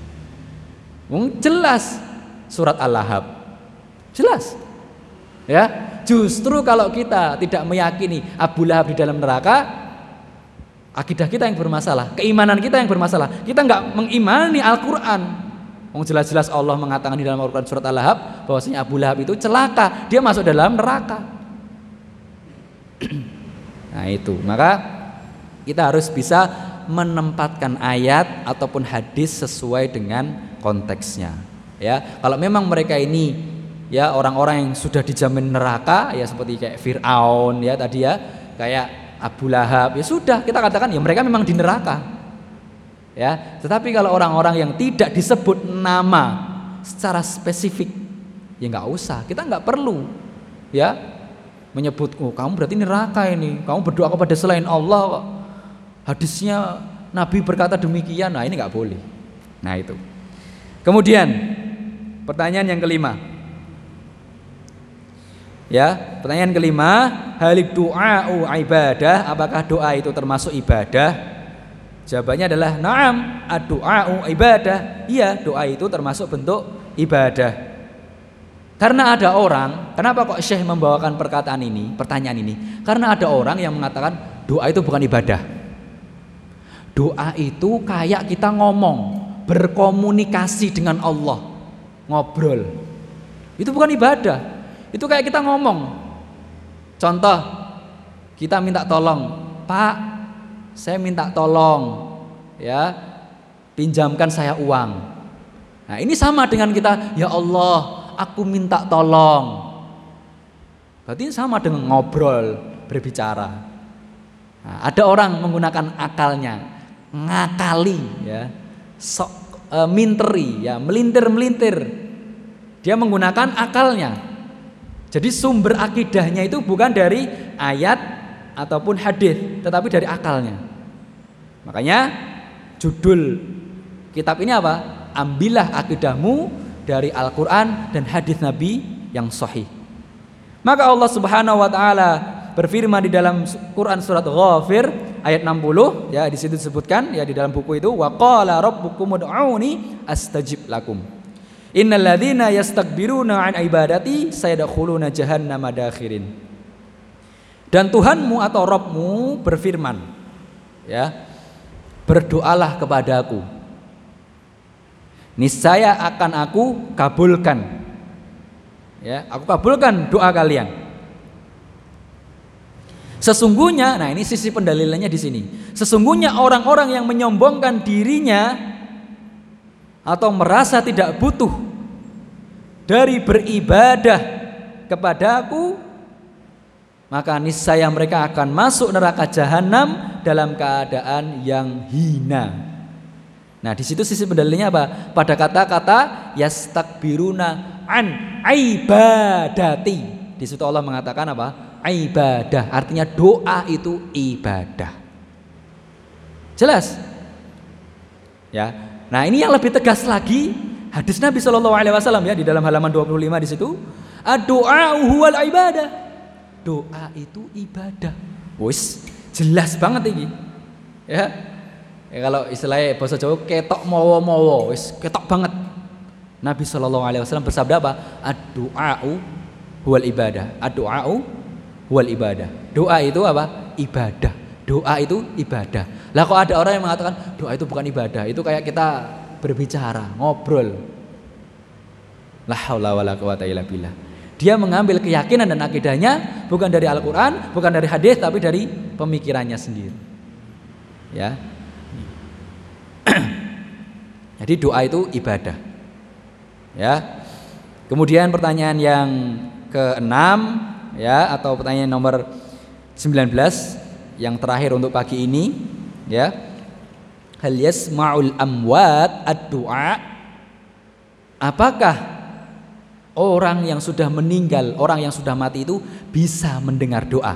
Jelas surat Al-Lahab, jelas. Ya, justru kalau kita tidak meyakini Abu Lahab di dalam neraka, akidah kita yang bermasalah, keimanan kita yang bermasalah. Kita nggak mengimani Al-Quran. Jelas-jelas Allah mengatakan di dalam Al-Quran surat Al-Lahab bahwasanya Abu Lahab itu celaka, dia masuk dalam neraka. Nah itu, maka kita harus bisa menempatkan ayat ataupun hadis sesuai dengan konteksnya. Ya, kalau memang mereka ini ya orang-orang yang sudah dijamin neraka, ya seperti kayak Fir'aun ya tadi ya, kayak Abu Lahab, ya sudah kita katakan ya mereka memang di neraka. Ya, tetapi kalau orang-orang yang tidak disebut nama secara spesifik, ya nggak usah, kita nggak perlu ya menyebut, oh kamu berarti neraka ini, kamu berdoa kepada selain Allah kok. Hadisnya Nabi berkata demikian, nah ini nggak boleh. Nah itu. Kemudian pertanyaan yang kelima. Ya, pertanyaan kelima, halid du'a'u ibadah, apakah doa itu termasuk ibadah? Jawabannya adalah na'am, ad-du'a'u ibadah. Iya, doa itu termasuk bentuk ibadah. Karena ada orang, kenapa kok Syekh membawakan perkataan ini, pertanyaan ini? Karena ada orang yang mengatakan doa itu bukan ibadah. Doa itu kayak kita ngomong, berkomunikasi dengan Allah, ngobrol. Itu bukan ibadah. Itu kayak kita ngomong. Contoh, kita minta tolong, Pak, saya minta tolong, ya, pinjamkan saya uang. Nah ini sama dengan kita, ya Allah, aku minta tolong. Berarti sama dengan ngobrol, berbicara. Nah, ada orang menggunakan akalnya, ngakali, ya, sok e, minteri, ya, melintir-melintir. Dia menggunakan akalnya. Jadi sumber akidahnya itu bukan dari ayat ataupun hadis, tetapi dari akalnya. Makanya judul kitab ini apa? Ambillah akidahmu dari Al-Quran dan hadis Nabi yang sahih. Maka Allah Subhanahu wa taala berfirman di dalam Quran surat Ghafir ayat enam puluh, ya, di situ disebutkan, ya, di dalam buku itu, wa qala rabbukum ud'uni astajib lakum. Innal ladzina yastakbiruna an ibadati sayadkhuluna jahannama dakhirin. Dan Tuhanmu atau Rabbmu berfirman, ya, berdoalah kepadaku, niscaya akan aku kabulkan, ya, aku kabulkan doa kalian. Sesungguhnya, nah ini sisi pendalilannya di sini. Sesungguhnya orang-orang yang menyombongkan dirinya atau merasa tidak butuh dari beribadah kepadaku, maka niscaya mereka akan masuk neraka jahanam dalam keadaan yang hina. Nah, di situ sisi pendalilannya apa? Pada kata-kata yastakbiruna an ibadati. Di situ Allah mengatakan apa? Ibadah, artinya doa itu ibadah. Jelas? Ya. Nah, ini yang lebih tegas lagi hadis Nabi Shallallahu Alaihi Wasallam, ya, di dalam halaman dua puluh lima di situ, ad-du'a huwal ibadah. Doa itu ibadah. Wis jelas banget ini. Ya. Ya, kalau istilahnya bahasa Jawa ketok mowo-mowo, wis ketok banget. Nabi Shallallahu Alaihi Wasallam bersabda apa? Ad-du'a'u huwal ibadah. Ad-du'a'u huwal ibadah. Doa itu apa? Ibadah. Doa itu ibadah. Lah kok ada orang yang mengatakan doa itu bukan ibadah, itu kayak kita berbicara, ngobrol. La haula wala quwata illa billah. Dia mengambil keyakinan dan akidahnya bukan dari Al-Quran, bukan dari hadis, tapi dari pemikirannya sendiri. Ya. Jadi doa itu ibadah. Ya. Kemudian pertanyaan yang keenam, ya, atau pertanyaan nomor sembilan belas yang terakhir untuk pagi ini, ya. hal yasma'ul amwat ad-du'a? Apakah orang yang sudah meninggal, orang yang sudah mati itu bisa mendengar doa?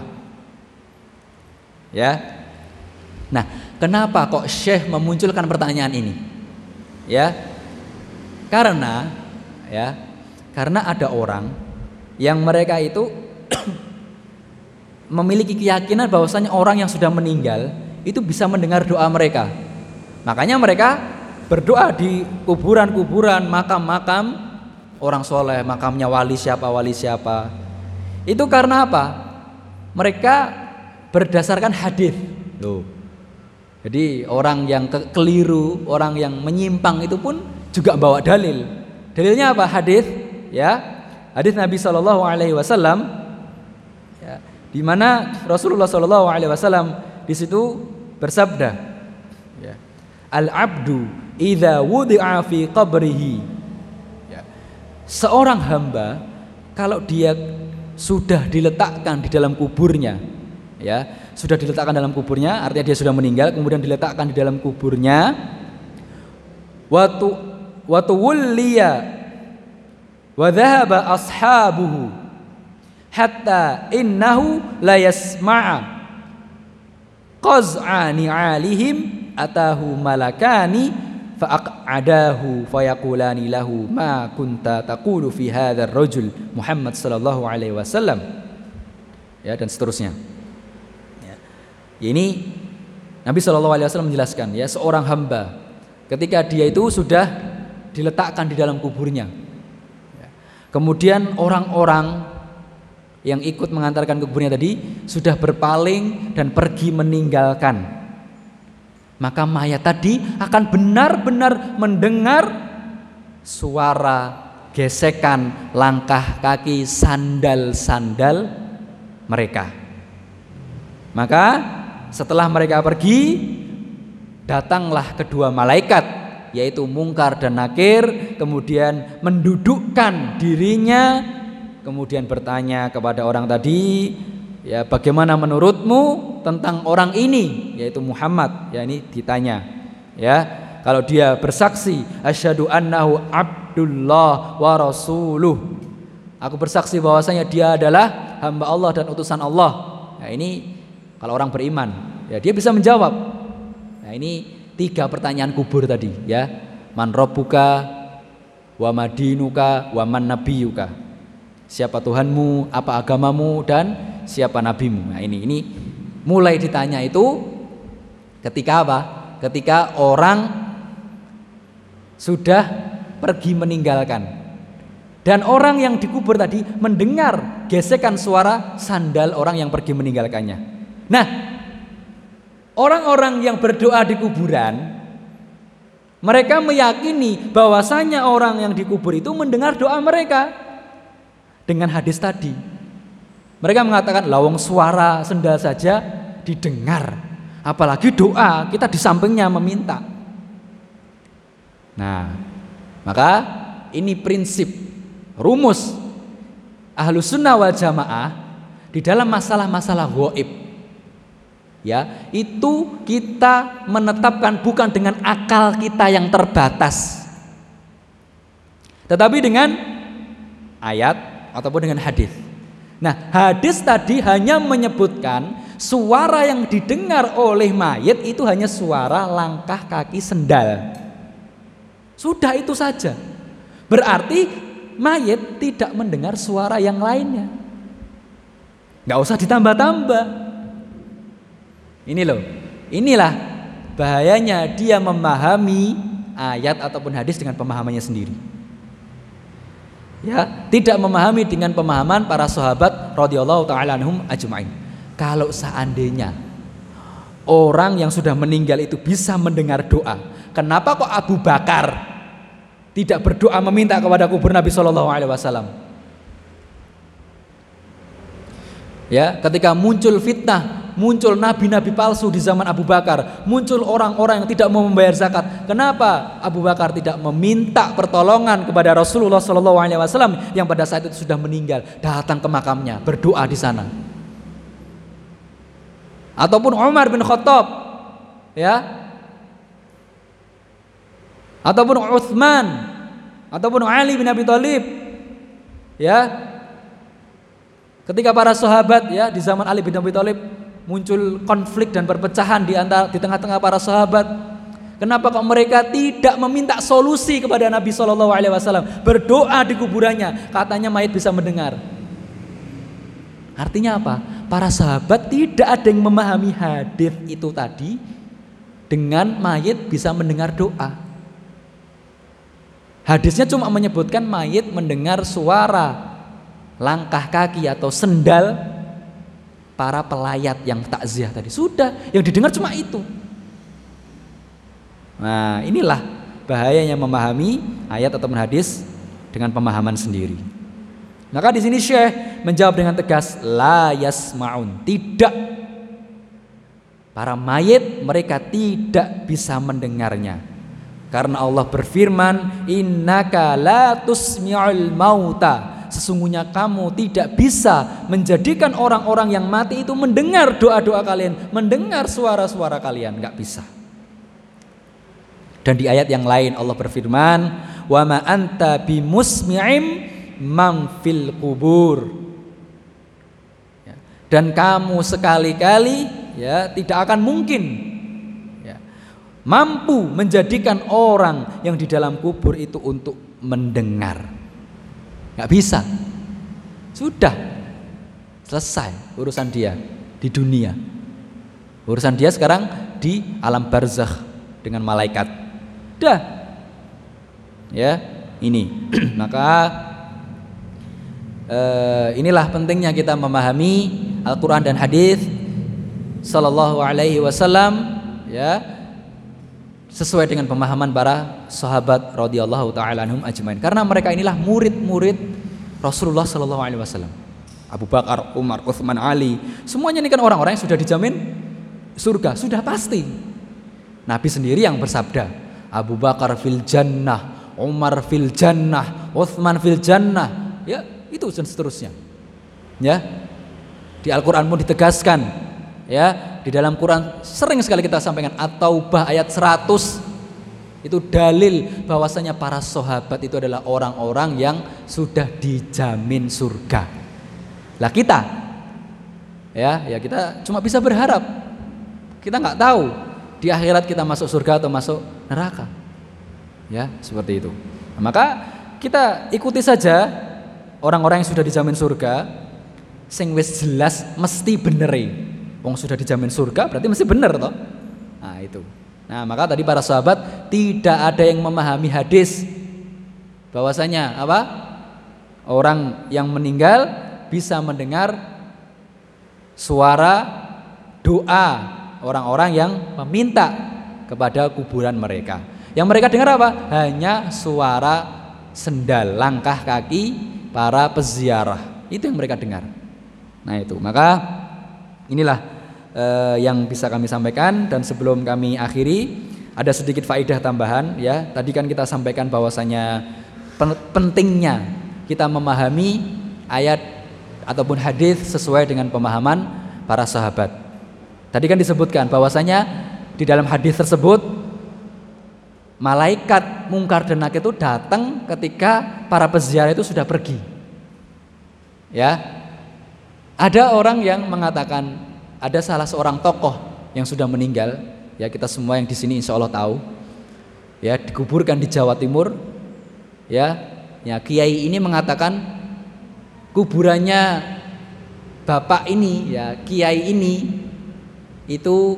Ya. Nah, kenapa kok Syekh memunculkan pertanyaan ini? Ya. Karena ya, karena ada orang yang mereka itu memiliki keyakinan bahwasanya orang yang sudah meninggal itu bisa mendengar doa mereka. Makanya mereka berdoa di kuburan-kuburan, makam-makam orang soleh, makamnya wali siapa, wali siapa. Itu karena apa? Mereka berdasarkan hadis. Loh. Jadi orang yang ke- keliru, orang yang menyimpang itu pun juga bawa dalil. Dalilnya apa? Hadis, ya. Hadis Nabi Shallallahu Alaihi Wasallam, ya, di mana Rasulullah Shallallahu Alaihi Wasallam di situ bersabda, ya, al-abdu idza wudi'a fi qabrihi, ya, seorang hamba kalau dia sudah diletakkan di dalam kuburnya, ya, sudah diletakkan dalam kuburnya, artinya dia sudah meninggal, kemudian diletakkan di dalam kuburnya, watu watu wulliya wa dhahaba ashabuhu hatta innahu la yasma'a qaz'ani 'alihim atahu malakani fa'aq'adahu fayaqulani lahu ma kunta taqulu fi hadzal rajul Muhammad sallallahu alaihi wasallam, ya, dan seterusnya. Ya. Ini Nabi sallallahu alaihi wasallam menjelaskan, ya, seorang hamba ketika dia itu sudah diletakkan di dalam kuburnya, ya, kemudian orang-orang yang ikut mengantarkan ke kuburnya tadi sudah berpaling dan pergi meninggalkan, maka mayat tadi akan benar-benar mendengar suara gesekan langkah kaki sandal-sandal mereka. Maka setelah mereka pergi, datanglah kedua malaikat, yaitu Mungkar dan Nakir, kemudian mendudukkan dirinya, kemudian bertanya kepada orang tadi, ya, bagaimana menurutmu tentang orang ini, yaitu Muhammad. Ya, ini ditanya, ya, kalau dia bersaksi asyhadu annahu abdullah wa rasuluh, aku bersaksi bahwasanya dia adalah hamba Allah dan utusan Allah. Nah, ini kalau orang beriman, ya, dia bisa menjawab. Nah, ini tiga pertanyaan kubur tadi, ya, man rabbuka wa madinuka wa man nabiyuka, siapa Tuhanmu, apa agamamu, dan siapa nabimu. Nah, ini ini mulai ditanya itu ketika apa? Ketika orang sudah pergi meninggalkan, dan orang yang dikubur tadi mendengar gesekan suara sandal orang yang pergi meninggalkannya. Nah, orang-orang yang berdoa di kuburan, mereka meyakini bahwasanya orang yang dikubur itu mendengar doa mereka dengan hadis tadi. Mereka mengatakan, lawang suara sendal saja didengar, apalagi doa, kita di sampingnya meminta. Nah, maka ini prinsip, rumus Ahlus Sunnah wal Jamaah di dalam masalah-masalah ghaib. Ya, itu kita menetapkan bukan dengan akal kita yang terbatas, tetapi dengan ayat ataupun dengan hadis. Nah, hadis tadi hanya menyebutkan suara yang didengar oleh mayit itu hanya suara langkah kaki sendal. Sudah itu saja. Berarti mayit tidak mendengar suara yang lainnya. Nggak usah ditambah-tambah. Ini loh, inilah bahayanya dia memahami ayat ataupun hadis dengan pemahamannya sendiri. Ya, tidak memahami dengan pemahaman para sahabat radhiyallahu taala anhum ajmain. Kalau seandainya orang yang sudah meninggal itu bisa mendengar doa, kenapa kok Abu Bakar tidak berdoa meminta kepada kubur Nabi sallallahu alaihi wasallam? Ya, ketika muncul fitnah, muncul nabi-nabi palsu di zaman Abu Bakar, muncul orang-orang yang tidak mau membayar zakat. Kenapa Abu Bakar tidak meminta pertolongan kepada Rasulullah shallallahu alaihi wasallam yang pada saat itu sudah meninggal, datang ke makamnya, berdoa di sana? Ataupun Umar bin Khattab, ya, ataupun Utsman ataupun Ali bin Abi Thalib. Ya. Ketika para sahabat ya di zaman Ali bin Abi Thalib muncul konflik dan perpecahan di antara di tengah-tengah para sahabat. Kenapa kok mereka tidak meminta solusi kepada Nabi shallallahu alaihi wasallam, berdoa di kuburannya, katanya mayit bisa mendengar. Artinya apa? Para sahabat tidak ada yang memahami hadis itu tadi dengan mayit bisa mendengar doa. Hadisnya cuma menyebutkan mayit mendengar suara langkah kaki atau sendal para pelayat yang takziah tadi. Sudah, yang didengar cuma itu. Nah, inilah bahayanya memahami ayat atau hadis dengan pemahaman sendiri. Maka di sini Syekh menjawab dengan tegas, la yasmaun, tidak. Para mayit mereka tidak bisa mendengarnya. Karena Allah berfirman, innaka la tusmi'ul mauta. Sesungguhnya kamu tidak bisa menjadikan orang-orang yang mati itu mendengar doa-doa kalian, mendengar suara-suara kalian, enggak bisa. Dan di ayat yang lain Allah berfirman, wa ma anta bimusmi'im man fil kubur. Ya. Dan kamu sekali-kali ya tidak akan mungkin ya, mampu menjadikan orang yang di dalam kubur itu untuk mendengar. Nggak bisa. Sudah selesai urusan dia di dunia. Urusan dia sekarang di alam barzakh dengan malaikat. Dah. Ya, ini. Maka eh, inilah pentingnya kita memahami Al-Qur'an dan hadis sallallahu alaihi wasallam ya, sesuai dengan pemahaman para sahabat radhiyallahu taala anhum ajmain. Karena mereka inilah murid-murid Rasulullah sallallahu alaihi wasallam. Abu Bakar, Umar, Utsman, Ali, semuanya ini kan orang-orang yang sudah dijamin surga, sudah pasti. Nabi sendiri yang bersabda, Abu Bakar fil jannah, Umar fil jannah, Utsman fil jannah. Ya, itu dan seterusnya. Ya. Di Al-Qur'an pun ditegaskan. Ya, di dalam Quran sering sekali kita sampaikan At-Taubah ayat seratus. Itu dalil bahwasanya para sahabat itu adalah orang-orang yang sudah dijamin surga. Lah kita ya, ya kita cuma bisa berharap. Kita nggak tahu di akhirat kita masuk surga atau masuk neraka. Ya, seperti itu. Nah, maka kita ikuti saja orang-orang yang sudah dijamin surga, sing wis jelas mesti beneri. Wong sudah dijamin surga berarti mesti bener toh. Nah, itu. Nah, maka tadi para sahabat tidak ada yang memahami hadis bahwasanya apa? Orang yang meninggal bisa mendengar suara doa orang-orang yang meminta kepada kuburan mereka. Yang mereka dengar apa? Hanya suara sendal, langkah kaki para peziarah. Itu yang mereka dengar. Nah, itu. Maka inilah eh, yang bisa kami sampaikan. Dan sebelum kami akhiri, ada sedikit faedah tambahan ya. Tadi kan kita sampaikan bahwasanya pentingnya kita memahami ayat ataupun hadis sesuai dengan pemahaman para sahabat. Tadi kan disebutkan bahwasanya di dalam hadis tersebut malaikat mungkar dan nakir itu datang ketika para peziarah itu sudah pergi. Ya. Ada orang yang mengatakan ada salah seorang tokoh yang sudah meninggal, ya kita semua yang di sini insya Allah tahu. Ya, dikuburkan di Jawa Timur. Ya, ya kiai ini mengatakan kuburannya bapak ini, ya kiai ini itu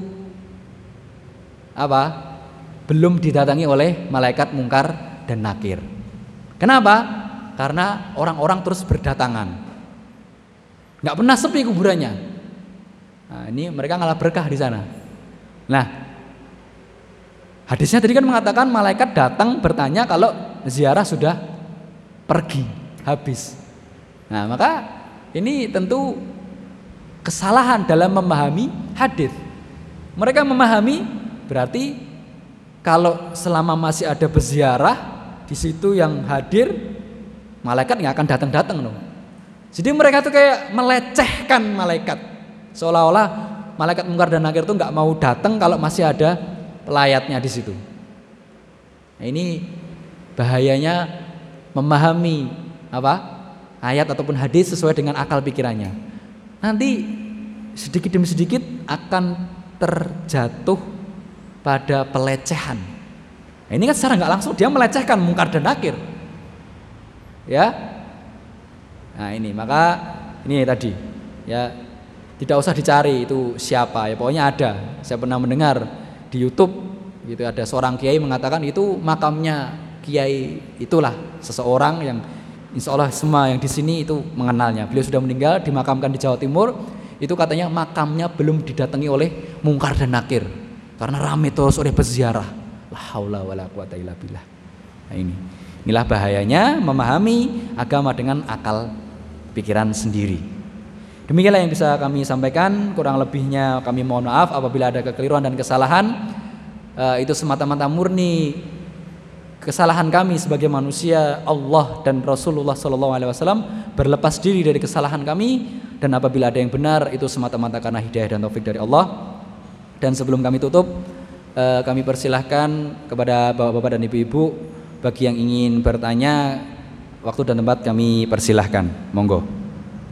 apa? Belum didatangi oleh malaikat mungkar dan nakir. Kenapa? Karena orang-orang terus berdatangan. Nggak pernah sepi kuburannya. Nah, ini mereka ngalah berkah di sana. Nah, hadisnya tadi kan mengatakan malaikat datang bertanya kalau ziarah sudah pergi, habis. Nah, maka ini tentu kesalahan dalam memahami hadis. Mereka memahami berarti kalau selama masih ada berziarah di situ yang hadir, malaikat nggak akan datang-datang loh. Jadi mereka tuh kayak melecehkan malaikat, seolah-olah malaikat mungkar dan nakir tuh nggak mau datang kalau masih ada pelayatnya di situ. Nah, ini bahayanya memahami apa ayat ataupun hadis sesuai dengan akal pikirannya. Nanti sedikit demi sedikit akan terjatuh pada pelecehan. Nah, ini kan secara nggak langsung dia melecehkan mungkar dan nakir, ya. Nah ini maka ini tadi ya, tidak usah dicari itu siapa ya, pokoknya ada. Saya pernah mendengar di YouTube gitu, ada seorang kiai mengatakan itu makamnya kiai itulah seseorang yang insya Allah semua yang di sini itu mengenalnya. Beliau sudah meninggal, dimakamkan di Jawa Timur. Itu katanya makamnya belum didatangi oleh mungkar dan nakir karena ramai terus oleh peziarah. La haula wala quwata illa billah. Nah ini, inilah bahayanya memahami agama dengan akal pikiran sendiri. Demikianlah yang bisa kami sampaikan. Kurang lebihnya kami mohon maaf apabila ada kekeliruan dan kesalahan. E, itu semata-mata murni kesalahan kami sebagai manusia. Allah dan Rasulullah Shallallahu Alaihi Wasallam berlepas diri dari kesalahan kami. Dan apabila ada yang benar itu semata-mata karena hidayah dan taufik dari Allah. Dan sebelum kami tutup, e, kami persilahkan kepada bapak-bapak dan ibu-ibu bagi yang ingin bertanya, waktu dan tempat kami persilahkan. Monggo.